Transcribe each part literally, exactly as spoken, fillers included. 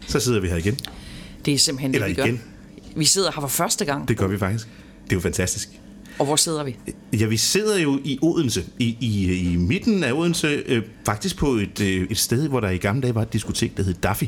Så sidder vi her igen. Det er simpelthen det, Eller vi igen. gør. Vi sidder her for første gang. Det gør vi faktisk. Det er jo fantastisk. Og hvor sidder vi? Ja, vi sidder jo i Odense, i, i, i midten af Odense, øh, faktisk på et, øh, et sted, hvor der i gamle dage var et diskotek, der hed Daffy.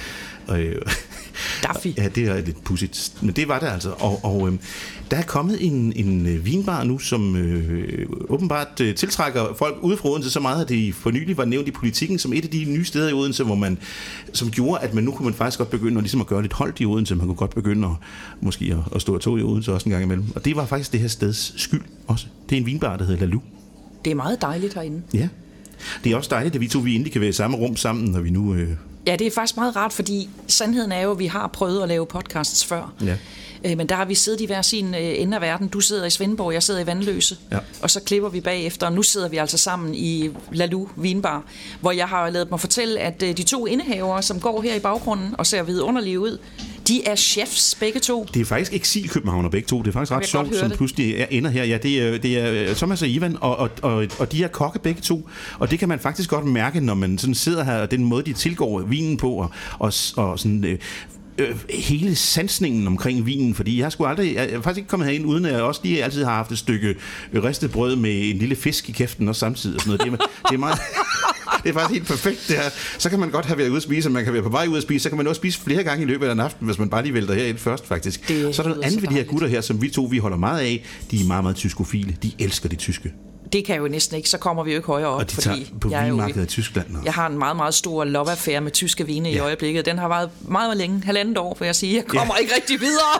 Øh, Daffy? Ja, det er lidt pudsigt, men det var det altså. Og, og øh, der er kommet en, en vinbar nu, som øh, åbenbart øh, tiltrækker folk ude fra Odense så meget, at det for nylig var nævnt i Politikken som et af de nye steder i Odense, hvor man, som gjorde, at man nu kunne man faktisk godt begynde at, ligesom at gøre lidt holdt i Odense. Man kunne godt begynde at, måske at, at stå og tog i Odense også en gang imellem. Og det var faktisk det her steds skyld også. Det er en vinbar, der hedder Lalu. Det er meget dejligt herinde. Ja. Det er også dejligt, at vi to vi endelig kan være i samme rum sammen, når vi nu... Øh... Ja, det er faktisk meget rart, fordi sandheden er jo, at vi har prøvet at lave podcasts før. Ja. Men der har vi siddet i hver sin ende af verden. Du sidder i Svendborg, jeg sidder i Vandløse. Ja. Og så klipper vi bagefter, og nu sidder vi altså sammen i Lalu Vinbar, hvor jeg har ladet mig fortælle, at de to indehavere, som går her i baggrunden og ser vidunderlige ud, de er chefs begge to. Det er faktisk eksil-københavner begge to. Det er faktisk ret sjovt, som det. Pludselig er, ender her. Ja, det er, det er Thomas og Ivan, og, og, og, og de er kokke begge to. Og det kan man faktisk godt mærke, når man sådan sidder her, og den måde, de tilgår vinen på, og, og, og sådan... Øh, Øh, hele sansningen omkring vinen, fordi jeg har sgu aldrig, jeg er faktisk ikke kommet herind, uden at jeg også lige altid har haft et stykke ristet brød med en lille fisk i kæften også samtidig og sådan noget. Det er, det er meget, det er faktisk helt perfekt det her. Så kan man godt have været ude at spise, og man kan være på vej ud at spise, så kan man også spise flere gange i løbet af en aften, hvis man bare lige vælter herind først faktisk. Det så er der noget andet ved de her gutter her, som vi to vi holder meget af. De er meget, meget tyskofile. De elsker det tyske. Det kan jo næsten ikke, så kommer vi jo ikke højere op. Og de tager fordi på jeg vinmarkedet i Tyskland. Også. Jeg har en meget, meget stor love-affære med tyske vine ja. i øjeblikket. Den har været meget, meget længe, halvandet år, vil jeg sige. Jeg kommer ja. ikke rigtig videre.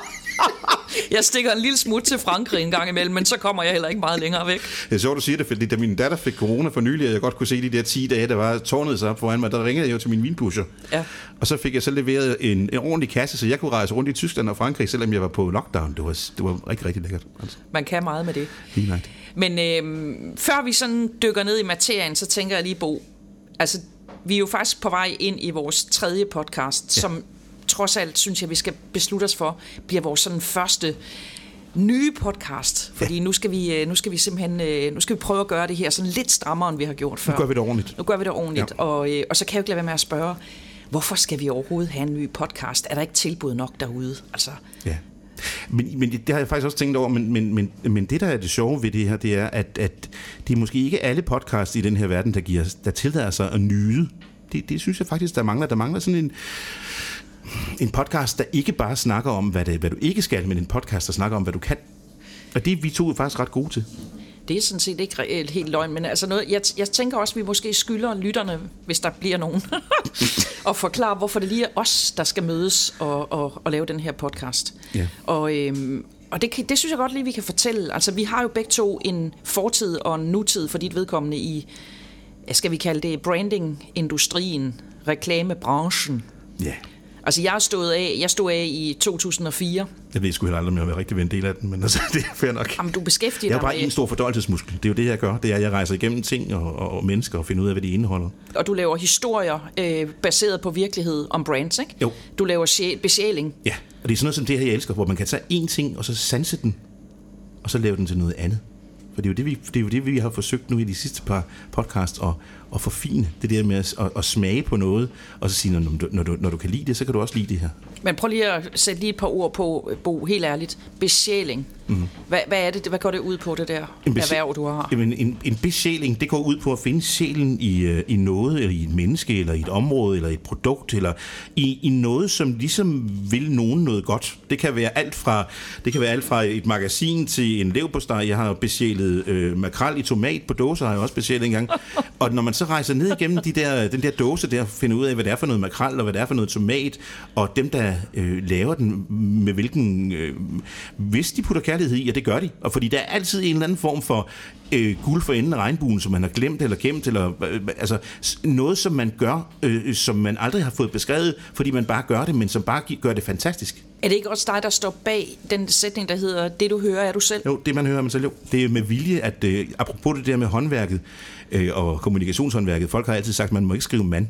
Jeg stikker en lille smut til Frankrig en gang imellem, men så kommer jeg heller ikke meget længere væk. Jeg så, du siger det, fordi da min datter fik corona for nylig, og jeg godt kunne se de der ti dage, der var tårnet sig op foran mig, der ringede jeg jo til min vinpusher. Ja. Og så fik jeg så leveret en, en ordentlig kasse, så jeg kunne rejse rundt i Tyskland og Frankrig, selvom jeg var på lockdown. Det var, det var rigtig, rigtig lækkert. Altså. Man kan meget med det. Lige Men øh, før vi sådan dykker ned i materien, så tænker jeg lige, Bo, altså vi er jo faktisk på vej ind i vores tredje podcast, ja. som trods alt, synes jeg, vi skal beslutte os for, bliver vores sådan første nye podcast. Fordi ja. nu, skal vi, nu skal vi simpelthen nu skal vi prøve at gøre det her sådan lidt strammere, end vi har gjort før. Nu gør vi det ordentligt. Nu gør vi det ordentligt. Ja. Og, og så kan jeg jo ikke lade være med at spørge, hvorfor skal vi overhovedet have en ny podcast? Er der ikke tilbud nok derude? Altså... Ja. Men, men det har jeg faktisk også tænkt over, men, men, men, men det, der er det sjove ved det her, det er, at, at det er måske ikke alle podcasts i den her verden, der, giver, der tillader sig at nyde. Det, det synes jeg faktisk, der mangler. Der mangler sådan en, en podcast, der ikke bare snakker om, hvad, det, hvad du ikke skal, men en podcast, der snakker om, hvad du kan. Og det er vi to faktisk ret gode til. Det er sådan set ikke reelt helt løgn, men altså noget, jeg, jeg tænker også, at vi måske skylder lytterne, hvis der bliver nogen, og forklare, hvorfor det lige er os, der skal mødes og, og, og lave den her podcast. Ja. Og, øhm, og det, det synes jeg godt lige, vi kan fortælle. Altså, vi har jo begge to en fortid og en nutid for dit vedkommende i, skal vi kalde det, branding-industrien, reklamebranchen. Ja. Altså, jeg stod af, jeg stod af i to tusind og fire. Jeg ved sgu heller aldrig, om jeg var rigtig ved en del af den, men altså, det er fair nok. Jamen, du beskæftiger dig. Jeg er bare en stor fordøjelsesmuskel. Det er jo det, jeg gør. Det er, at jeg rejser igennem ting og, og, og mennesker og finder ud af, hvad de indeholder. Og du laver historier øh, baseret på virkelighed om brands, ikke? Jo. Du laver sjæl, besjæling. Ja, og det er sådan noget som det her, jeg elsker, hvor man kan tage én ting, og så sanse den, og så lave den til noget andet. For det er jo det, vi, det er jo det, vi har forsøgt nu i de sidste par podcasts at, at forfine. Det der med at, at, at smage på noget, og så sige, når du, når, du, når du kan lide det, så kan du også lide det her. Men prøv lige at sætte lige et par ord på, Bo, helt ærligt. Besjæling. Mm-hmm. Hvad, hvad er det? Hvad går det ud på, det der besjæ- erhverv, du har? Jamen, en, en besjæling, det går ud på at finde sjælen i, i noget, eller i et menneske, eller i et område, eller i et produkt, eller i, i noget, som ligesom vil nogen noget godt. Det kan være alt fra, det kan være alt fra et magasin til en leverpostej. Jeg har besjælet øh, makrel i tomat på dåser, har jeg også besjælet engang. Og når man så rejser ned igennem de der, den der dåse der, finder ud af, hvad det er for noget makrel, og hvad det er for noget tomat, og dem, der øh, laver den, med hvilken... Øh, hvis de putter kærlighed i, og det gør de, og fordi der er altid en eller anden form for øh, guld for enden af regnbuen, som man har glemt eller gemt, eller øh, altså noget, som man gør, øh, som man aldrig har fået beskrevet, fordi man bare gør det, men som bare gør det fantastisk. Er det ikke også dig, der står bag den sætning, der hedder, det du hører, er du selv? Jo, det man hører, man selv. Jo. Det er med vilje, at øh, apropos det der med håndværket øh, og kommunikationshåndværket, folk har altid sagt, at man må ikke skrive mand.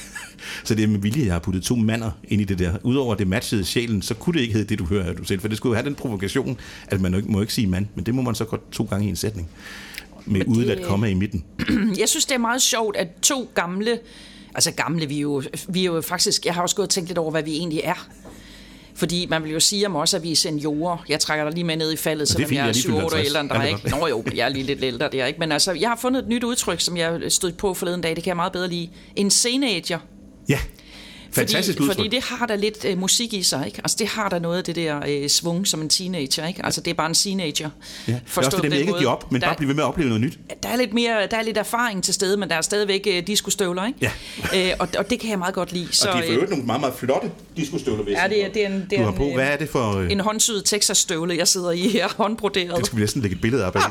Så det er med vilje, jeg har puttet to mander ind i det der. Udover det matchede sjælen, så kunne det ikke hedde det, du hører, er du selv. For det skulle jo have den provokation, at man ikke, må ikke sige mand, men det må man så godt to gange i en sætning. Med det... udeladt komma i midten. Jeg synes, det er meget sjovt, at to gamle Altså gamle, vi er, jo, vi er jo faktisk... Jeg har også gået og tænkt lidt over, hvad vi egentlig er. Fordi man vil jo sige om os, at vi er seniorer. Jeg trækker dig lige med ned i faldet, selvom jeg er syv otte år ældre end dig, ikke? Nå jo, jeg er lige lidt ældre der, ikke? Men altså, jeg har fundet et nyt udtryk, som jeg stod på forleden dag. Det kan jeg meget bedre lide. En teenager. Ja. Fantastisk fordi, udtryk. fordi det har der lidt øh, musik i sig, ikke? Altså det har der noget af det der øh, svung som en teenager, ikke? Altså det er bare en teenager. Ja. Det er også det, der ikke give op, men der, bare blive ved med at opleve noget nyt. Der er lidt mere, der er lidt erfaring til stede, men der er stadigvæk øh, discostøvler, ikke? Ja. Øh, og, og det kan jeg meget godt lide. Så, og det er for øvrigt nogle meget, meget flotte discostøvler, hvis ja, det er, det er en, det er du har på. en, Hvad er det for... Øh... En håndsyet Texas-støvle, jeg sidder i her, håndbroderet. Det skal vi næsten lægge et billede op af.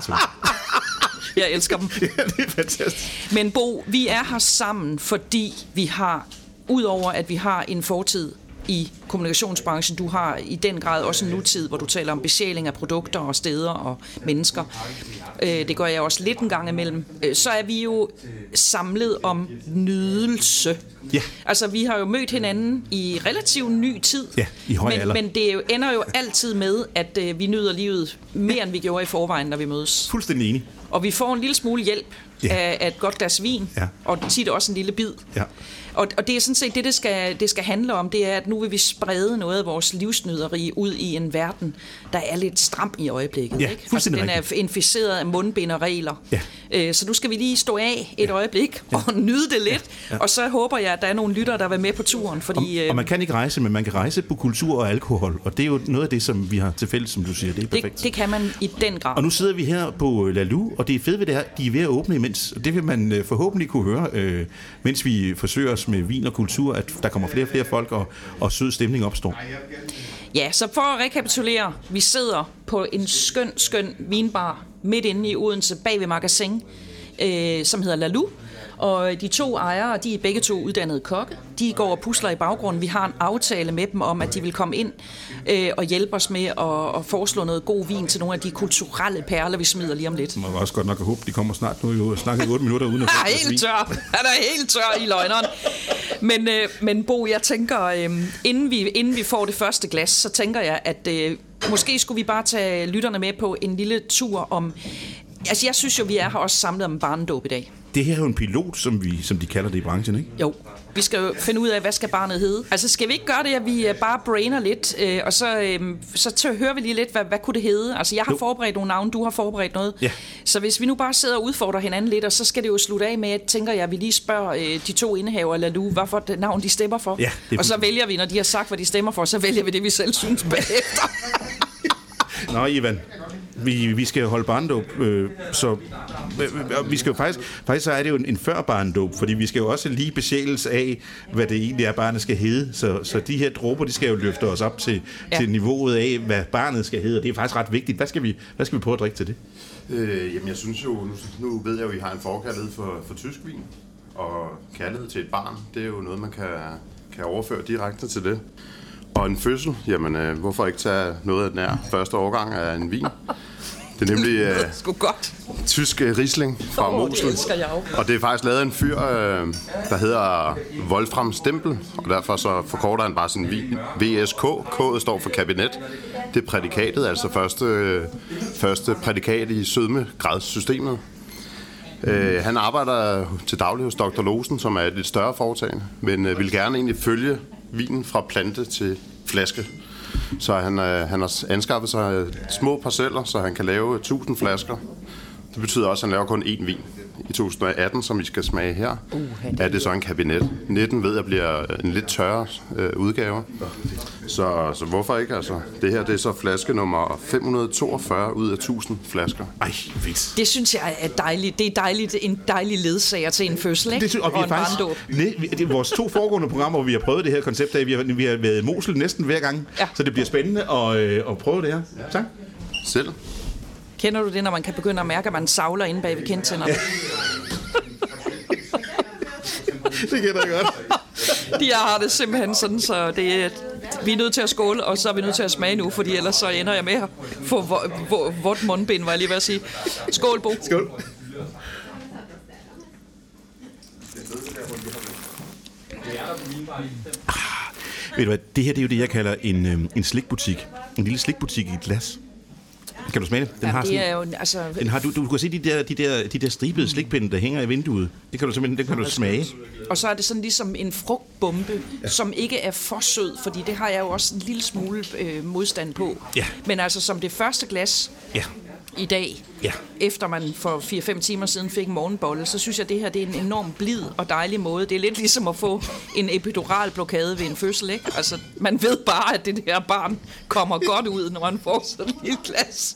Jeg elsker dem. Ja, det er fantastisk. Men Bo, vi er her sammen, fordi vi har... Udover at vi har en fortid i kommunikationsbranchen, du har i den grad også en nutid, hvor du taler om besjæling af produkter og steder og mennesker. Det gør jeg også lidt en gang imellem. Så er vi jo samlet om nydelse. Ja. Altså, vi har jo mødt hinanden i relativt ny tid. Ja, i høj alder. Men, men det jo, ender jo altid med, at uh, vi nyder livet mere, end vi gjorde i forvejen, når vi mødes. Fuldstændig enig. Og vi får en lille smule hjælp ja. af, af et godt glas vin, ja. og tit også en lille bid. Ja. Og, og det er sådan set det, det skal, det skal handle om, det er, at nu vil vi sprede noget af vores livsnyderi ud i en verden, der er lidt stram i øjeblikket. Ja, ikke? Altså, den er inficeret af mundbind og regler. Ja. Øh, så nu skal vi lige stå af et ja. øjeblik og ja. nyde det lidt. Ja. Ja. Og så håber jeg, at der er nogle lyttere, der vil med på turen. Fordi, og, og man kan ikke rejse, men man kan rejse på kultur og alkohol. Og det er jo noget af det, som vi har til fælles, som du siger. Det er perfekt. Det, det kan man i den grad. Og nu sidder vi her på Lalou, og det er fedt ved det her, de er ved at åbne imens. Og det vil man forhåbentlig kunne høre, øh, mens vi forsøger os med vin og kultur, at der kommer flere og flere folk, og, og sød stemning opstår. Ja, så for at rekapitulere, vi sidder på en skøn, skøn vinbar midt inde i Odense, bag ved Magasin, øh, som hedder Lalou. Og de to ejere, de er begge to uddannede kokke. De går og pusler i baggrunden. Vi har en aftale med dem om, at de vil komme ind øh, og hjælpe os med at, at foreslå noget god vin til nogle af de kulturelle perler, vi smider lige om lidt. Man må også godt nok håbe, de kommer snart. Nu er jo snakket otte minutter uden at få det. Helt tør. Han er helt tør i løgneren. Men, øh, men Bo, jeg tænker, øh, inden, vi, inden vi får det første glas, så tænker jeg, at øh, måske skulle vi bare tage lytterne med på en lille tur om... Altså, jeg synes jo, vi er her også samlet om barnedåb i dag. Det her er jo en pilot, som, vi, som de kalder det i branchen, ikke? Jo. Vi skal jo finde ud af, hvad skal barnet hedde. Altså, skal vi ikke gøre det, at vi bare brainer lidt, øh, og så, øh, så tør, hører vi lige lidt, hvad, hvad kunne det hedde? Altså, jeg har jo. forberedt nogle navne, du har forberedt noget. Ja. Så hvis vi nu bare sidder og udfordrer hinanden lidt, og så skal det jo slutte af med, at tænker jeg, at vi lige spørger øh, de to indehavere af Lalou, hvad for det navn de stemmer for. Ja, og så vælger vi, når de har sagt, hvad de stemmer for, så vælger vi det, vi selv synes bagefter. Nå, Ivan. Vi, vi skal holde barndåb, øh, så vi skal jo faktisk, faktisk så er det jo en, en før barndåb, fordi vi skal jo også lige besjæles af, hvad det egentlig er, barnet skal hedde. Så, så de her dråber, de skal jo løfte os op til, ja. til niveauet af, hvad barnet skal hedde, og det er faktisk ret vigtigt. Hvad skal vi, hvad skal vi prøve at drikke til det? Øh, jamen, jeg synes jo, nu, nu ved jeg jo, at I har en forkærlighed for, for tysk vin, og kærlighed til et barn, det er jo noget, man kan, kan overføre direkte til det. Og en fødsel, jamen øh, hvorfor ikke tage noget af den her første årgang af en vin? Det er nemlig øh, det godt. tysk Riesling fra oh, Mosel. Og det er faktisk lavet af en fyr, øh, der hedder Wolfram Stempel, og derfor så forkorter han bare sin vin. V S K. K'et står for kabinet. Det er prædikatet, altså første, øh, første prædikat i sødmegradssystemet. Øh, han arbejder til daglig hos doktor Losen, som er et lidt større foretagende, men øh, vil gerne egentlig følge vinen fra plante til flaske. Så han, øh, han har anskaffet sig øh, små parceller, så han kan lave tusind flasker. Det betyder også, at han laver kun én vin. I to tusind atten, som vi skal smage her, uh, er det så en kabinet. nitten ved jeg bliver en lidt tørre øh, udgave. Så, så hvorfor ikke? Altså, det her det er så flaske nummer fem hundrede toogfyrre ud af tusind flasker. Ej, fedt. Det synes jeg er dejligt. Det er dejligt, en dejlig ledsager til en fødsel, ikke? Det, og vi og en faktisk, ne, det er vores to foregående programmer, hvor vi har prøvet det her koncept af. Vi har, vi har været i Mosel næsten hver gang, ja. Så det bliver spændende at, øh, at prøve det her. Tak. Selv. Kender du det, når man kan begynde at mærke, at man savler inde bag ved kindtænderne? Ja. Det kender jeg godt. De har det simpelthen sådan, så det er, vi er nødt til at skåle, og så er vi nødt til at smage nu, fordi ellers så ender jeg med at få vådt mundbind, var jeg lige ved at sige. Skål, Bo. Skål. Ah, ved du hvad, det her det er jo det, jeg kalder en, en slikbutik. En lille slikbutik i et glas. Kan du smage det? Den ja, har det sådan, er jo, altså, den har, du, du kan se de der, de der, de der stribede slikpinde, der hænger i vinduet. Det kan du simpelthen det kan du smage. og så er det sådan ligesom en frugtbombe, ja. som ikke er for sød, fordi det har jeg jo også en lille smule øh, modstand på. Ja. Men altså som det første glas Ja. i dag, Ja. efter man for fire fem timer siden fik en morgenbolle, så synes jeg, at det her det er en enorm blid og dejlig måde. Det er lidt ligesom at få en epiduralblokade ved en fødsel, ikke? Altså, man ved bare, at det her barn kommer godt ud, når man får sådan en lille glas.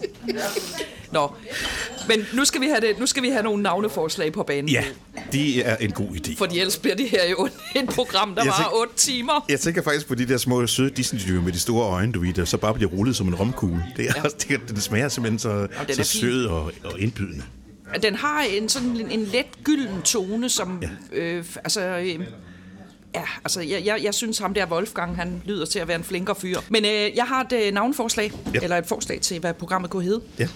Nå, men nu skal vi have, det, nu skal vi have nogle navneforslag på banen. Ja, det er en god idé. Fordi ellers bliver det her jo et program, der Jeg varer tænk- otte timer. Jeg tænker faktisk på de der små søde Disney-dyr med de store øjne, du ved, der så bare bliver rullet som en romkugle. Det er, ja. også, det, den smager simpelthen så, den så er sød og, og indbydende. Den har en sådan en, en let gylden tone, som ja. øh, altså øh, ja, altså jeg, jeg, jeg synes ham der Wolfgang, han lyder til at være en flinkere fyr. Men øh, jeg har et øh, navnforslag ja. eller et forslag til hvad programmet kunne hedde. Ja.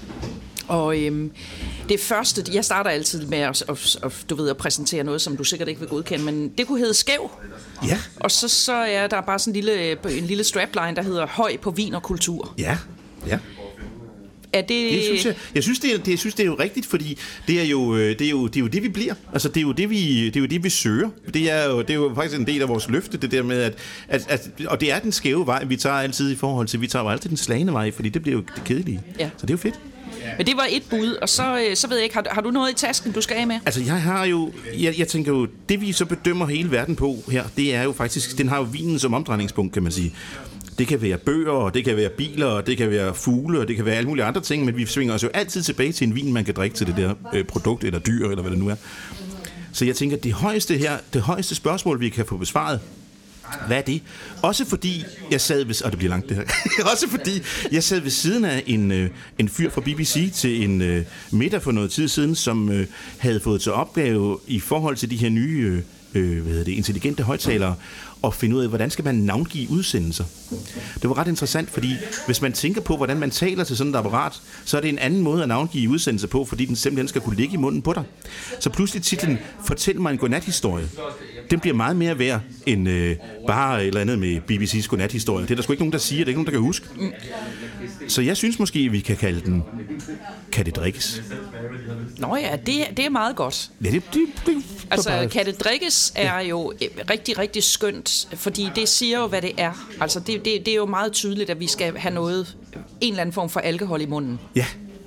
Og øhm, det første, jeg starter altid med at, at, at, du ved, at præsentere noget, som du sikkert ikke vil godkende, men det kunne hedde Skæv. Ja. Og så, så er der bare sådan en lille, en lille strapline, der hedder Høj på vin og kultur. Ja. Ja. Er det... Det synes jeg, jeg synes det er, det, jeg synes det er jo rigtigt, fordi det er jo det er jo det er jo det vi bliver. Altså det er jo det vi det er jo det vi søger. Det er jo det er jo faktisk en del af vores løfte, det der med at, at, at og det er den skæve vej vi tager altid i forhold til vi tager jo altid den slagne vej, fordi det bliver jo det kedelige. Ja. Så det er jo fedt. Men det var et bud, og så, så ved jeg ikke, har, har du noget i tasken, du skal af med? Altså, jeg har jo... Jeg, jeg tænker jo, det vi så bedømmer hele verden på her, det er jo faktisk... Den har jo vinen som omdrejningspunkt, kan man sige. Det kan være bøger, og det kan være biler, og det kan være fugle, og det kan være alle mulige andre ting, men vi svinger os jo altid tilbage til en vin, man kan drikke til det der øh, produkt, eller dyr, eller hvad det nu er. Så jeg tænker, det højeste her, det højeste spørgsmål, vi kan få besvaret, hvad er det? Også fordi jeg sad ved... Og det bliver langt, det her. Også fordi jeg sad ved siden af en, øh, en fyr fra B B C til en øh, middag for noget tid siden, som øh, havde fået til opgave i forhold til de her nye øh, hvad hedder det, intelligente højttalere, og finde ud af, hvordan skal man navngive udsendelser. Det var ret interessant, fordi hvis man tænker på, hvordan man taler til sådan et apparat, så er det en anden måde at navngive udsendelser på, fordi den simpelthen skal kunne ligge i munden på dig. Så pludselig titlen, Fortæl mig en godnathistorie, den bliver meget mere værd end øh, bare et eller andet med B B C's godnathistorie. Det er der sgu ikke nogen, der siger, det er ikke nogen, der kan huske. Mm. Så jeg synes måske, vi kan kalde den, kan det drikkes? Nå ja, det, det er meget godt. Ja, det, det, det, altså, bare... kan det drikkes er ja. jo rigtig, rigtig skønt, fordi det siger jo, hvad det er. Altså, det, det, det er jo meget tydeligt, at vi skal have noget, en eller anden form for alkohol i munden. Ja.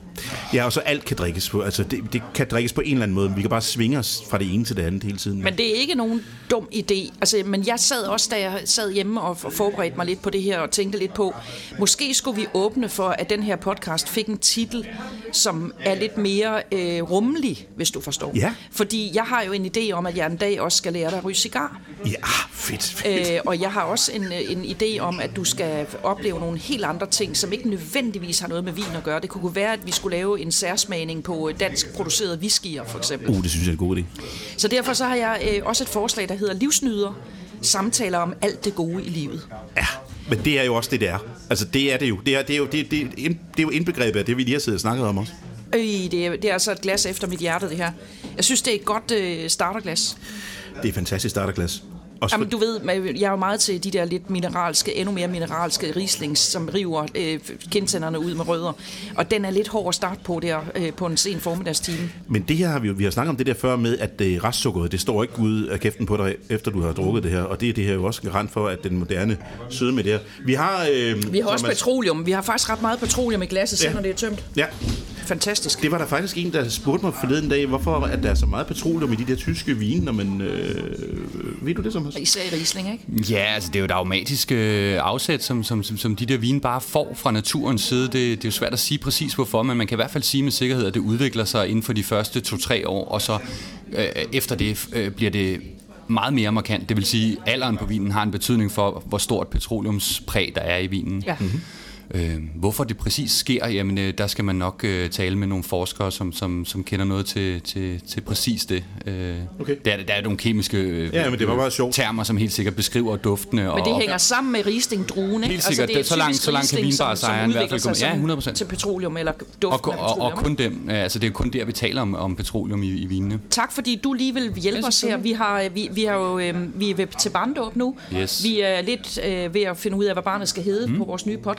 Ja, og så alt kan drikkes på. Altså, det, det kan drikkes på en eller anden måde. Vi kan bare svinge os fra det ene til det andet hele tiden. Men det er ikke nogen dum idé. Altså, men jeg sad også, da jeg sad hjemme og forberedte mig lidt på det her, og tænkte lidt på, måske skulle vi åbne for, at den her podcast fik en titel, som er lidt mere øh, rummelig, hvis du forstår. Ja. Fordi jeg har jo en idé om, at jeg en dag også skal lære dig at ryge cigar. Ja, fedt, fedt. Øh, og jeg har også en, en idé om, at du skal opleve nogle helt andre ting, som ikke nødvendigvis har noget med vin at gøre. Det kunne være, at vi skulle lave en særsmagning på dansk produceret whiskyer, for eksempel. Uh, det synes jeg er en god idé. Så derfor så har jeg øh, også et forslag, der hedder Livsnyder. Samtaler om alt det gode i livet. Ja, men det er jo også det, det er. Altså, det er det jo. Det er, det er jo, det, det, det er jo indbegrebet af det, vi lige har siddet og snakket om også. Øh, det, er, det er altså et glas efter mit hjerte, det her. Jeg synes, det er et godt øh, starterglas. Det er et fantastisk starterglas. Jamen, du ved, jeg er jo meget til de der lidt mineralske, endnu mere mineralske Rieslings, som river øh, kindtænderne ud med rødder. Og den er lidt hård at starte på der øh, på en sen formidagstime. Men det her har vi jo, vi har snakket om det der før med, at øh, restsukkeret, det står ikke ud af kæften på dig, efter du har drukket det her. Og det er det her jo også garant for, at den moderne søde med det her. Vi har... Øh, vi har også petroleum. Vi har faktisk ret meget petroleum i glasset, selv ja. når det er tømt. Ja. Fantastisk. Det var der faktisk en, der spurgte mig forleden dag, hvorfor at der er så meget petroleum i de der tyske vine, når man... Øh, ved du det, Thomas? Især i Riesling, ikke? Ja, altså det er jo et automatisk øh, afsæt, som, som, som, som de der vine bare får fra naturens side. Det, det er jo svært at sige præcis hvorfor, men man kan i hvert fald sige med sikkerhed, at det udvikler sig inden for de første to-tre år, og så øh, efter det øh, bliver det meget mere markant. Det vil sige, at alderen på vinen har en betydning for, hvor stort petroleumspræg der er i vinen. Ja. Mm-hmm. Øh, hvorfor det præcis sker, jamen øh, der skal man nok øh, tale med nogle forskere, som, som, som kender noget til, til, til præcis det. Øh, okay. der, der er nogle kemiske øh, ja, men det var bare sjovt. termer, som helt sikkert beskriver duftene. Men det og, hænger sammen med Riesling-druen, ikke? Helt sikkert, altså, det er så langt, så langt kan vinbarsejeren i hvert fald komme. Ja, hundrede procent. Til petroleum eller duften og, af petroleum. Og, og kun dem, altså det er kun der, vi taler om, om petroleum i, i vinene. Tak, fordi du lige vil hjælpe ja, os her. Vi, har, vi, vi, har jo, øh, vi er ved, til barndåb nu. Yes. Vi er lidt øh, ved at finde ud af, hvad barnet skal hedde mm. på vores nye podcast her.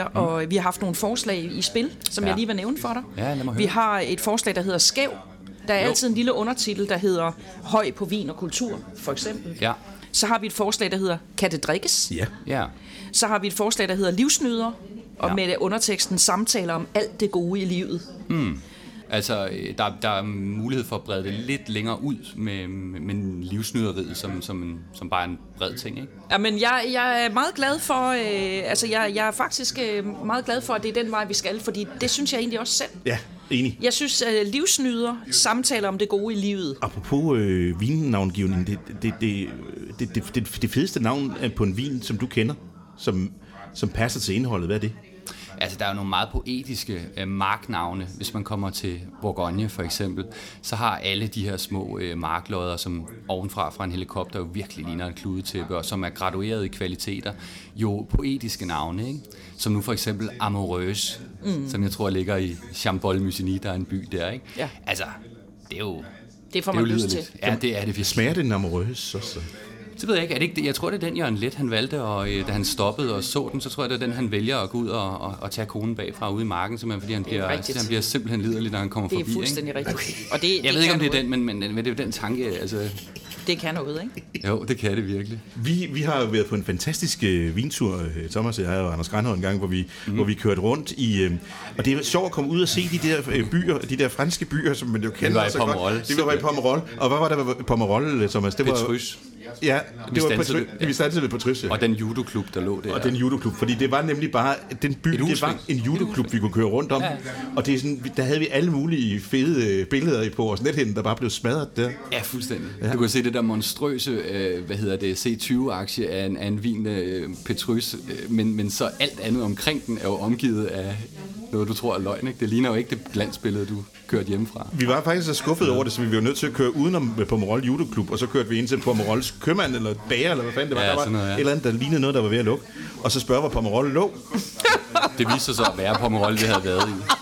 der, mm. og vi har haft nogle forslag i spil, som ja. jeg lige vil nævne for dig. Ja, lad mig høre. Vi har et forslag, der hedder Skæv. Der er jo. altid en lille undertitel, der hedder Høj på vin og kultur, for eksempel. Ja. Så har vi et forslag, der hedder Kan det drikkes? Ja. Ja. Så har vi et forslag, der hedder Livsnyder, og Ja. med underteksten samtaler om alt det gode i livet. Mm. Altså, der, der er mulighed for at brede det lidt længere ud med, med, med livsnyderiet, som, som, en, som bare en bred ting, ikke? Ja, men jeg, jeg er meget glad for, øh, altså jeg, jeg er faktisk øh, meget glad for, at det er den vej, vi skal, fordi det synes jeg egentlig også selv. Ja, enig. Jeg synes, at livsnyder, samtaler om det gode i livet. Apropos øh, vinnavngivning, det, det, det, det, det, det, det fedeste navn på en vin, som du kender, som, som passer til indholdet, hvad er det? Altså, der er jo nogle meget poetiske øh, marknavne. Hvis man kommer til Bourgogne, for eksempel, så har alle de her små øh, marklodder, som ovenfra fra en helikopter jo virkelig ligner en kludetæppe, og som er gradueret i kvaliteter, jo poetiske navne, ikke? Som nu for eksempel Amoureuse, mm. som jeg tror ligger i Chambol-Musigny, der er en by der, ikke? Ja. Altså, det er jo... Det får man lyst til. Ja, det er det virkelig. Smager det en Amoureuse også? Det ved jeg ikke. Er det ikke det? Jeg tror, det er den, Jørgen Leth, han valgte, og øh, da han stoppede og så den, så tror jeg, det er den, han vælger at gå ud og, og, og tage konen bagfra ude i marken, simpelthen, fordi han bliver, han bliver simpelthen liderlig, når han kommer forbi. Det er fuldstændig ikke? rigtigt. Og det, jeg det ved ikke, om det er noget. den, men, men, men det er jo den tanke, altså... Det kan noget, ikke? Jo, det kan det virkelig. Vi, vi har været på en fantastisk øh, vintur, øh, Thomas og jeg og Anders Granholm en gang, hvor vi, mm. hvor vi kørte rundt i... Øh, og det er sjovt at komme ud og se de der øh, byer, de der franske byer, som man jo kender. Det var i så Pomerol. godt. Det var i Pomerol. Og hvad var der i Pomerol, Thomas? Det var Petrus. Ja, det var standsede, på, vi stansede ved Petrus. Og den judoklub, der lå der. Og den judoklub, fordi det var nemlig bare den by, det var en judoklub, vi kunne køre rundt om. Ja. Og det er sådan, der havde vi alle mulige fede billeder på vores nethænde, der bare blev smadret der. Ja, fuldstændig. Ja. Du kan se det der monstrøse, øh, hvad hedder det, C tyve-aktie af en, af en vin øh, Petrus, øh, men, men så alt andet omkring den er jo omgivet af noget, du tror er løgn, ikke? Det ligner jo ikke det glansbillede, du kørte hjemmefra. Vi var faktisk så skuffede over det, så vi var nødt til at køre udenom Pomerol Judoklub, og så kørte vi ind til Pomerols købmand, eller bager, eller hvad fanden det var. Ja, der var noget, ja. et eller andet, der lignede noget, der var ved at lukke. Og så spørger, hvor Pomerol lå. Det viste sig så at være Pomerol, vi havde været i.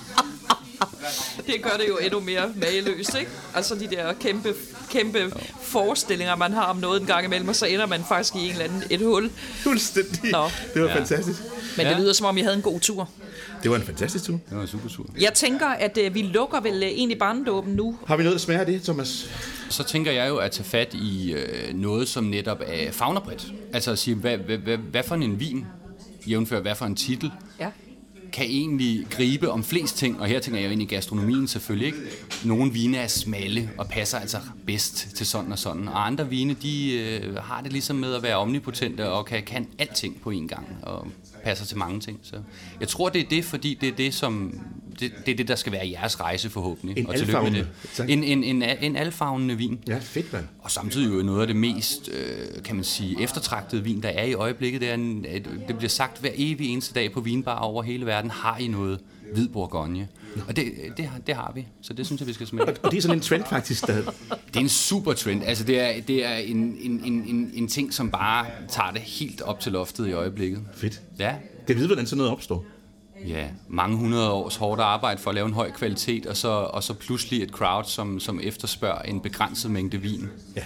Det gør det jo endnu mere mageløst, ikke? Altså de der kæmpe, kæmpe forestillinger, man har om noget en gang imellem, og så ender man faktisk i en eller anden et hul. Fuldstændig. Nå. Det var Ja. fantastisk. Men Ja. det lyder som om, I havde en god tur. Det var en fantastisk tur. Det var super sur. Jeg tænker, at øh, vi lukker vel øh, egentlig barnedåben nu. Har vi noget at smage af det, Thomas? Så tænker jeg jo at tage fat i øh, noget, som netop er fagnerbredt. Altså at sige, hvad, hvad, hvad, hvad for en vin, jævnfør hvad for en titel, Ja. kan egentlig gribe om flest ting, og her tænker jeg jo ind i gastronomien selvfølgelig, ikke? Nogle vine er smalle og passer altså bedst til sådan og sådan, og andre vine, de øh, har det ligesom med at være omnipotente og kan, kan alting på en gang, og passer til mange ting. Så jeg tror, det er det, fordi det er det, som det, det er det, der skal være jeres rejse forhåbentlig. En og tillykke med det. tak. En, en, en, en alfarvende vin. Ja, fedt, mand. Og samtidig jo noget af det mest, øh, kan man sige, eftertragtede vin, der er i øjeblikket. Det, er en, det bliver sagt hver evig eneste dag på vinbar over hele verden, har I noget hvid Bourgogne. Og det, det, det har vi, så det synes jeg, vi skal smage. Og det er sådan en trend faktisk, der... Det er en super trend. Altså, det er, det er en, en, en, en, en ting, som bare tager det helt op til loftet i øjeblikket. Fedt. Ja. Kan vide, hvordan sådan noget opstår? Ja, mange hundrede års hårdt arbejde for at lave en høj kvalitet, og så, og så pludselig et crowd, som, som efterspørger en begrænset mængde vin. Ja.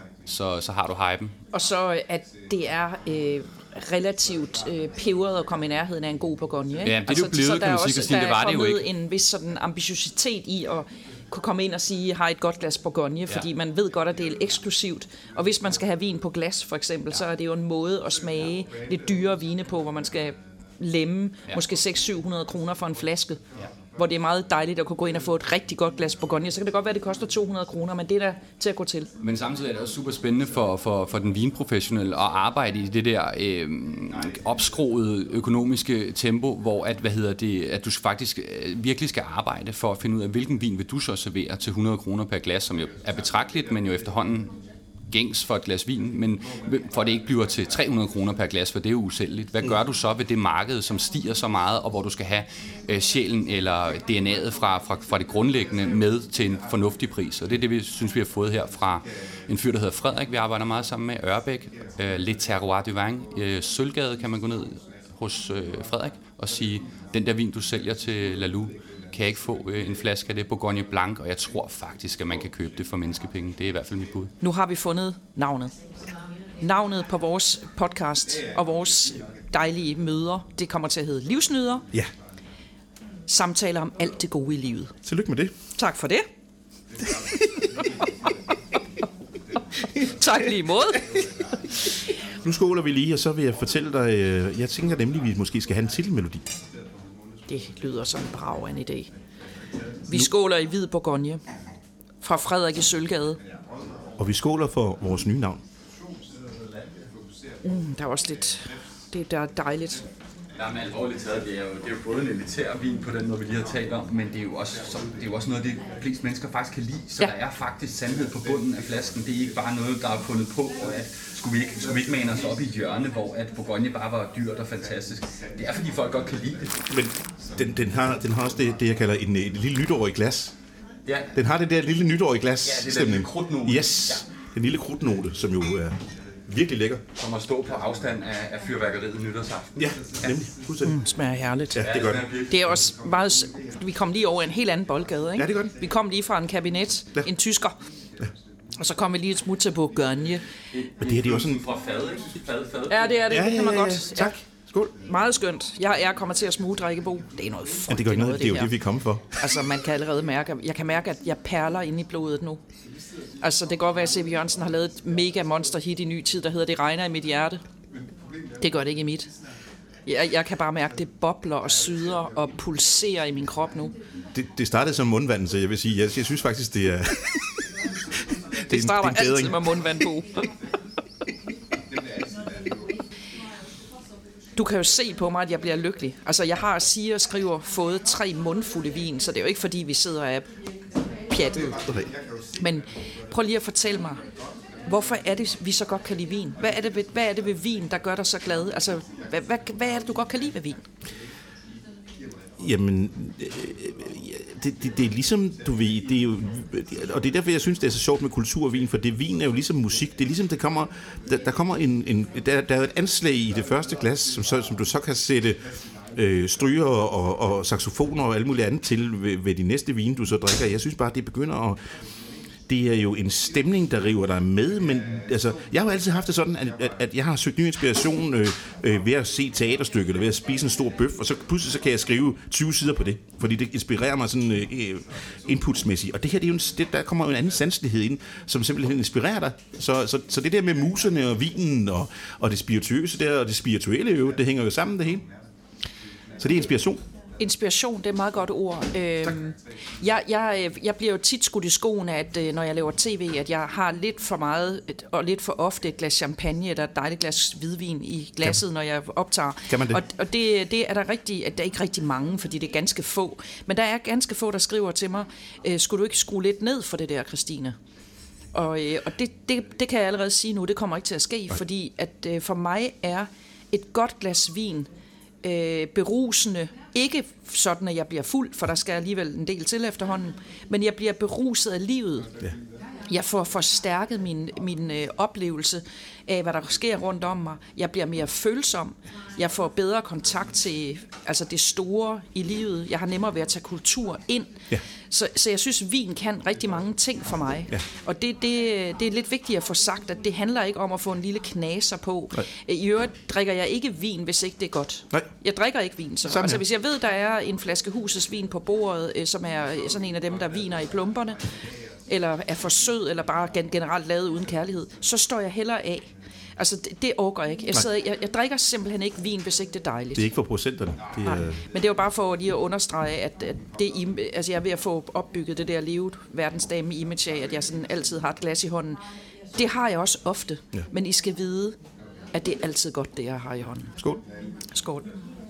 Så, så har du hypen. Og så at det er øh, relativt øh, peberet at komme i nærheden af en god Bourgogne. Ikke? Ja, det er det jo blevet, så der kan man er sige, også, Christine, der det var er det jo kommet ikke. en vis sådan ambitiositet i at kunne komme ind og sige, har et godt glas Bourgogne, fordi Ja. man ved godt, at det er eksklusivt. Og hvis man skal have vin på glas, for eksempel, så er det jo en måde at smage lidt dyre vine på, hvor man skal lemme Ja. måske seks til syv hundrede kroner for en flaske. Ja. Hvor det er meget dejligt at kunne gå ind og få et rigtig godt glas Bourgogne. Så kan det godt være, at det koster to hundrede kroner, men det er der til at gå til. Men samtidig er det også super spændende for, for, for den vinprofessionelle at arbejde i det der øh, opskruede økonomiske tempo, hvor at, hvad hedder det, at du faktisk øh, virkelig skal arbejde for at finde ud af, hvilken vin vil du så servere til hundrede kroner per glas, som jo er betragteligt, men jo efterhånden gængs for et glas vin, men for det ikke bliver til tre hundrede kroner per glas, for det er jo usælgeligt. Hvad gør du så ved det marked, som stiger så meget, og hvor du skal have øh, sjælen eller D N A'et fra, fra, fra det grundlæggende med til en fornuftig pris? Og det er det, vi synes, vi har fået her fra en fyr, der hedder Frederik. Vi arbejder meget sammen med Ørbæk, øh, Le Terroir du Vin. Øh, Sølvgade kan man gå ned hos øh, Frederik og sige, den der vin, du sælger til Lalou, kan jeg ikke få en flaske af det Bourgogne Blanc, og jeg tror faktisk, at man kan købe det for menneskepenge. Det er i hvert fald mit bud. Nu har vi fundet navnet. Navnet på vores podcast og vores dejlige møder, det kommer til at hedde Livsnyder. Ja. Samtaler om alt det gode i livet. Tillykke med det. Tak for det. Tak lige måde. Nu skåler vi lige, og så vil jeg fortælle dig, øh, jeg tænker nemlig, at vi måske skal have en titelmelodi. Det lyder som en brav af en idé. Vi skåler i hvid Bourgogne fra Frederik i Sølvgade. Og vi skåler for vores nye navn. Mm, der er også lidt, det der er dejligt. Ja, men alvorligt taget, det er, jo, det er jo både en elitær vin på den måde, vi lige har talt om, men det er jo også, som, det er jo også noget, de fleste mennesker faktisk kan lide, så ja. Der er faktisk sandhed på bunden af flasken. Det er ikke bare noget, der er fundet på, at skulle vi ikke, skulle vi ikke mane os op i et hjørne, hvor at Bourgogne bare var dyrt og fantastisk. Det er, fordi folk godt kan lide det. Men den, den, har, den har også det, det jeg kalder en, et lille nytår i glas. Ja. Den har det der lille nytår i glas. Ja, det er den lille krudtnote. Yes, ja. Den lille krudtnote, som jo er virkelig lækker. Som at stå på afstand af, af fyrværkeriet nytårsaften. Ja, nemlig. Mm, smager herligt. Ja, det gør det. Det er også meget... Vi kom lige over en helt anden boldgade, ikke? Ja, det gør det. Vi kom lige fra en kabinet, ja. En tysker. Ja. Og så kom vi lige et smut til Bourgogne. Men det her, det er også sådan... Fra fad, ikke? Fad, fad. Ja, det er det. Ja, Det kan man ja, ja, godt. tak. Skål. Meget skønt. Jeg er kommer til at smugdrikke, Bo. Det er noget frygteligt Ja, det gør ikke noget. noget, Det er jo her. det, vi er kommet for. Altså, man kan allerede mærke... Jeg kan mærke, at jeg perler inde i blodet nu. Altså, det kan godt være, at C V Jørgensen har lavet et mega monster hit i ny tid, der hedder Det regner i mit hjerte. Det gør det ikke i mit. Jeg, jeg kan bare mærke, det bobler og syder og pulserer i min krop nu. Det, det startede som mundvand, så jeg vil sige, jeg, jeg synes faktisk, det er... det, det starter altid med mundvand på. Du kan jo se på mig, at jeg bliver lykkelig. Altså, jeg har, siger og skriver, fået tre mundfulde vin, så det er jo ikke, fordi vi sidder og er pjattet. Men prøv lige at fortælle mig, hvorfor er det, vi så godt kan lide vin? Hvad er det ved, hvad er det ved vin, der gør dig så glad? Altså, hvad, hvad, hvad er det, du godt kan lide ved vin? Jamen, det, det, det er ligesom, du ved, det er jo, og det er derfor, jeg synes, det er så sjovt med kultur og vin, for det vin er jo ligesom musik. Det er ligesom, det kommer, der, der kommer en, en der, der er et anslag i det første glas, som, så, som du så kan sætte øh, stryger og, og saxofoner og alt muligt andet til ved, ved de næste vin, du så drikker. Jeg synes bare, det begynder at... Det er jo en stemning, der river dig med, men altså, jeg har jo altid haft det sådan, at, at, at jeg har søgt ny inspiration øh, øh, ved at se teaterstykke, eller ved at spise en stor bøf, og så pludselig så kan jeg skrive tyve sider på det, fordi det inspirerer mig sådan øh, inputsmæssigt. Og det her, det er jo en, det, der kommer jo en anden sanselighed ind, som simpelthen inspirerer dig. Så, så, så det der med muserne og vinen og, og det spirituøse der, og det spirituelle jo, det hænger jo sammen det hele. Så det er inspiration. Inspiration, det er et meget godt ord. Øhm, jeg, jeg, jeg bliver jo tit skudt i skoene, at når jeg laver tv, at jeg har lidt for meget og lidt for ofte et glas champagne eller et dejligt glas hvidvin i glasset, kan, når jeg optager. Kan man det? Og, og det, det er der rigtig, at der er ikke rigtig mange, fordi det er ganske få. Men der er ganske få, der skriver til mig, øh, skulle du ikke skrue lidt ned for det der, Christine? Og, øh, og det, det, det kan jeg allerede sige nu, det kommer ikke til at ske, fordi at øh, for mig er et godt glas vin øh, berusende. Ikke sådan, at jeg bliver fuld, for der skal alligevel en del til efterhånden, men jeg bliver beruset af livet. Ja. Jeg får forstærket min, min øh, oplevelse af, hvad der sker rundt om mig. Jeg bliver mere følsom. Jeg får bedre kontakt til altså det store i livet. Jeg har nemmere ved at tage kultur ind. Ja. Så, så jeg synes, vin kan rigtig mange ting for mig. Ja. Og det, det, det er lidt vigtigt at få sagt, at det handler ikke om at få en lille knaser på. Nej. I øvrigt drikker jeg ikke vin, hvis ikke det er godt. Nej. Jeg drikker ikke vin. Så. Altså, hvis jeg ved, der er en flaske husets vin på bordet, øh, som er sådan en af dem, der viner i plumperne, eller er for sød, eller bare generelt lavet uden kærlighed, så står jeg hellere af. Altså, det, det overgår jeg ikke. Jeg, sidder, jeg, jeg drikker simpelthen ikke vin, hvis ikke det er dejligt. Det er ikke for procenterne. Det er... Men det er jo bare for lige at understrege, at, at det, altså, jeg er ved at få opbygget det der levet verdensdame image af, at jeg sådan altid har et glas i hånden. Det har jeg også ofte, ja. Men I skal vide, at det er altid godt, det jeg har i hånden. Skål. Skål.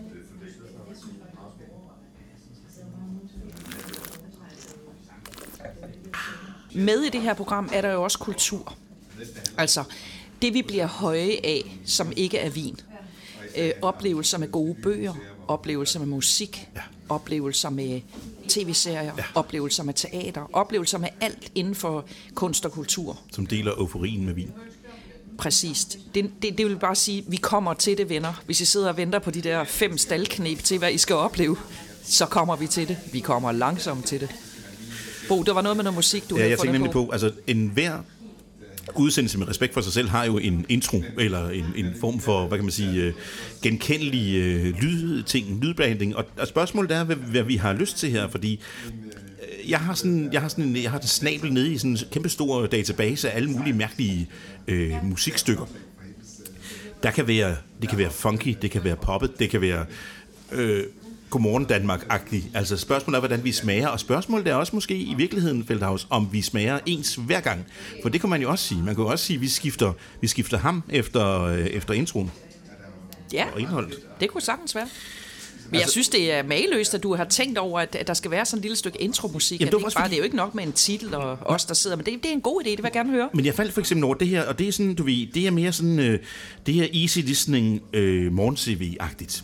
Med i det her program er der jo også kultur. Altså, det vi bliver høje af, som ikke er vin. Øh, oplevelser med gode bøger, oplevelser med musik, ja. Oplevelser med tv-serier, ja. Oplevelser med teater, oplevelser med alt inden for kunst og kultur. Som deler euforien med vin. Præcis. Det, det, det vil bare sige, vi kommer til det, venner. Hvis I sidder og venter på de der fem staldknep til, hvad I skal opleve, så kommer vi til det. Vi kommer langsomt til det. Bo, der var noget med noget musik, du ja, havde jeg fundet tænkte på. nemlig på, altså en hver udsendelse med respekt for sig selv har jo en intro, eller en, en form for, hvad kan man sige, øh, genkendelig øh, lydting, lydbranding, og, og spørgsmålet er, hvad, hvad vi har lyst til her, fordi øh, jeg har sådan, jeg har sådan en, jeg har en snabel nede i sådan en kæmpe stor database af alle mulige mærkelige øh, musikstykker. Der kan være, det kan være funky, det kan være poppet, det kan være øh, Godmorgen Danmark-agtig. Altså spørgsmålet er, hvordan vi smager, og spørgsmålet er også måske i virkeligheden, Feldhaus, om vi smager ens hver gang. For det kan man jo også sige. Man kan jo også sige, at vi skifter, vi skifter ham efter, øh, efter introen. Ja, og indholdet. Det kunne sagtens være. Men altså, jeg synes, det er mageløst, at du har tænkt over, at, at der skal være sådan et lille stykke intromusik. Jamen, det, det, bare, fordi... det er jo ikke nok med en titel og os, der sidder, men det, det er en god idé, det vil jeg gerne høre. Men jeg faldt for eksempel over det her, og det er sådan, du ved, det er mere sådan, øh, det er easy listening øh, morgen-C V-agtigt.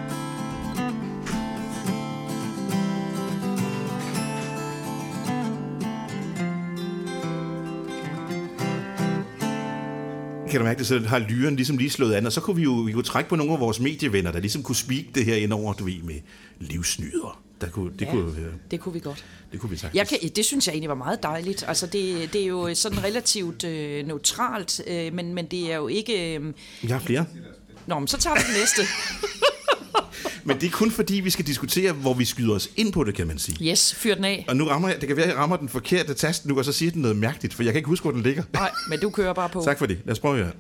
Kan du mærke det, så har lyren ligesom lige slået an, og så kunne vi jo vi kunne trække på nogle af vores medievenner, der ligesom kunne speak det her ind over, du ved, med livsnyder. Der kunne, det, ja, kunne, øh, det kunne vi godt. Det kunne vi sagtens. Jeg kan, det synes jeg egentlig var meget dejligt. Altså det, det er jo sådan relativt øh, neutralt, øh, men, men det er jo ikke... Øh... Jeg har flere. Nå, men så tager vi den næste. Men det er kun fordi, vi skal diskutere, hvor vi skyder os ind på det, kan man sige. Yes, fyr den af. Og nu rammer jeg, det kan være, at jeg rammer den forkerte tast nu, og så siger den noget mærkeligt, for jeg kan ikke huske, hvor den ligger. Nej, men du kører bare på. Tak for det. Lad os prøve her.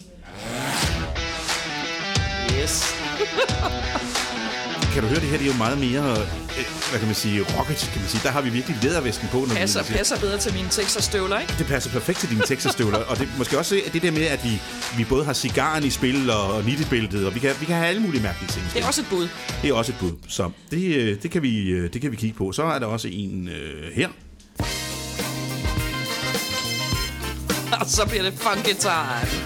Yes. Kan du høre, det her det er jo meget mere, hvad kan man sige, rocket, kan man sige. Der har vi virkelig lædervesten på. Når passer, vi passer bedre til mine Texas-støvler, ikke? Det passer perfekt til dine Texas-støvler. Og det måske også det der med, at vi, vi både har cigaren i spil og, og nittebæltet, og vi kan, vi kan have alle mulige mærkelige ting. Det er også et bud. Det er også et bud. Så det, det, kan, vi, det kan vi kigge på. Så er der også en øh, her. Og så bliver det funky time.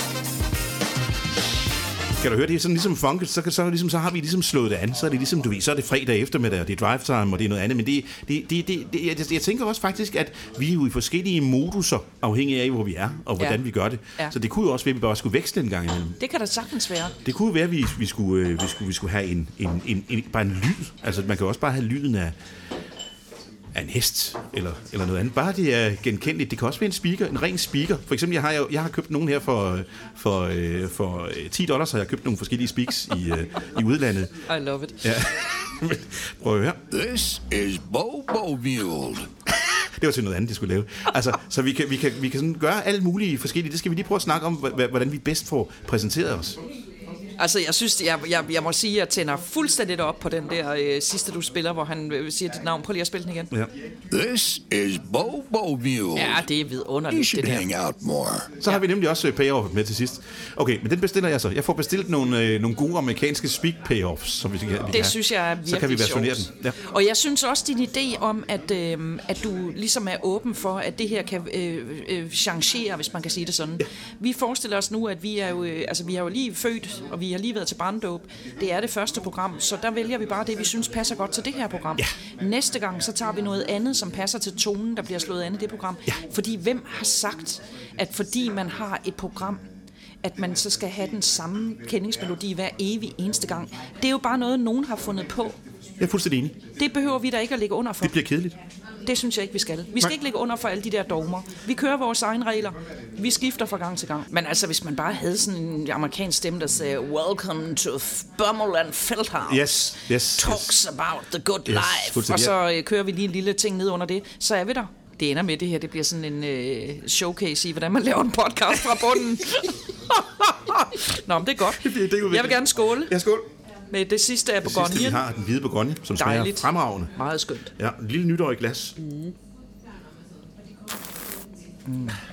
Kan du høre, det er sådan ligesom funket, så, så, ligesom, så har vi ligesom slået det an. Så er det ligesom, du ved, så er det fredag eftermiddag, og det er drive time, og det er noget andet. Men det, det, det, det, det jeg, jeg tænker også faktisk, at vi er jo i forskellige moduser, afhængig af, hvor vi er, og hvordan ja. vi gør det. Ja. Så det kunne jo også være, at vi bare skulle veksle en gang imellem. Det kan da sagtens være. Det kunne jo være, at vi, vi, skulle, vi, skulle, vi skulle have en, en, en, en, bare en lyd. Altså, man kan også bare have lyden af... af en hest, eller, eller noget andet. Bare det er genkendeligt. Det kan også være en speaker, en ren speaker. For eksempel, jeg har, jeg har købt nogle her for, for, for ti dollars, så jeg har købt nogle forskellige speaks i, i udlandet. I love it. Ja. Prøv at høre. This is Bobo Mule. Det var til noget andet, de skulle lave. Altså, så vi kan, vi kan, vi kan sådan gøre alle mulige forskellige. Det skal vi lige prøve at snakke om, hvordan vi bedst får præsenteret os. Altså, jeg synes, jeg, jeg, jeg må sige, at jeg tænder fuldstændig op på den der øh, sidste, du spiller, hvor han øh, siger dit navn. Prøv lige at spille den igen. Ja. This is Bobo Mule. Ja, det er vidunderligt, det der. Hang out more. Så ja. har vi nemlig også payoff med til sidst. Okay, men den bestiller jeg så. Jeg får bestilt nogle, øh, nogle gode amerikanske speak payoffs, som vi skal, vi det kan. synes jeg er virkelig Så kan vi versionere sjovt. den. Ja. Og jeg synes også, din idé om, at, øh, at du ligesom er åben for, at det her kan øh, øh, changere, hvis man kan sige det sådan. Ja. Vi forestiller os nu, at vi er jo, øh, altså, vi er jo lige født, og vi har lige været til barndåb. Det er det første program, så der vælger vi bare det, vi synes passer godt til det her program. Ja. Næste gang, så tager vi noget andet, som passer til tonen, der bliver slået an i det program. Ja. Fordi hvem har sagt, at fordi man har et program, at man så skal have den samme kendingsmelodi hver evig eneste gang? Det er jo bare noget, nogen har fundet på. Jeg er fuldstændig enig. Det behøver vi da ikke at ligge under for. Det bliver kedeligt. Det synes jeg ikke, vi skal. Vi skal Nej. ikke ligge under for alle de der dogmer. Vi kører vores egne regler. Vi skifter fra gang til gang. Men altså, hvis man bare havde sådan en amerikansk stemme, der sagde, Welcome to Bummel and Feldhaus. Yes, yes. Talks yes. about the good yes, life. Og så øh, kører vi lige en lille ting ned under det. Så er vi der. Det ender med det her. Det bliver sådan en øh, showcase i, hvordan man laver en podcast fra bunden. Nå, men det er godt. Det det er jeg vil gerne skåle. Ja, skål. Med det sidste af Bourgogne. Det sidste, vi har, den hvide Bourgogne, som Dejligt. smager fremragende. Meget skønt. Ja, en lille nytår i glas. Mm. Mm.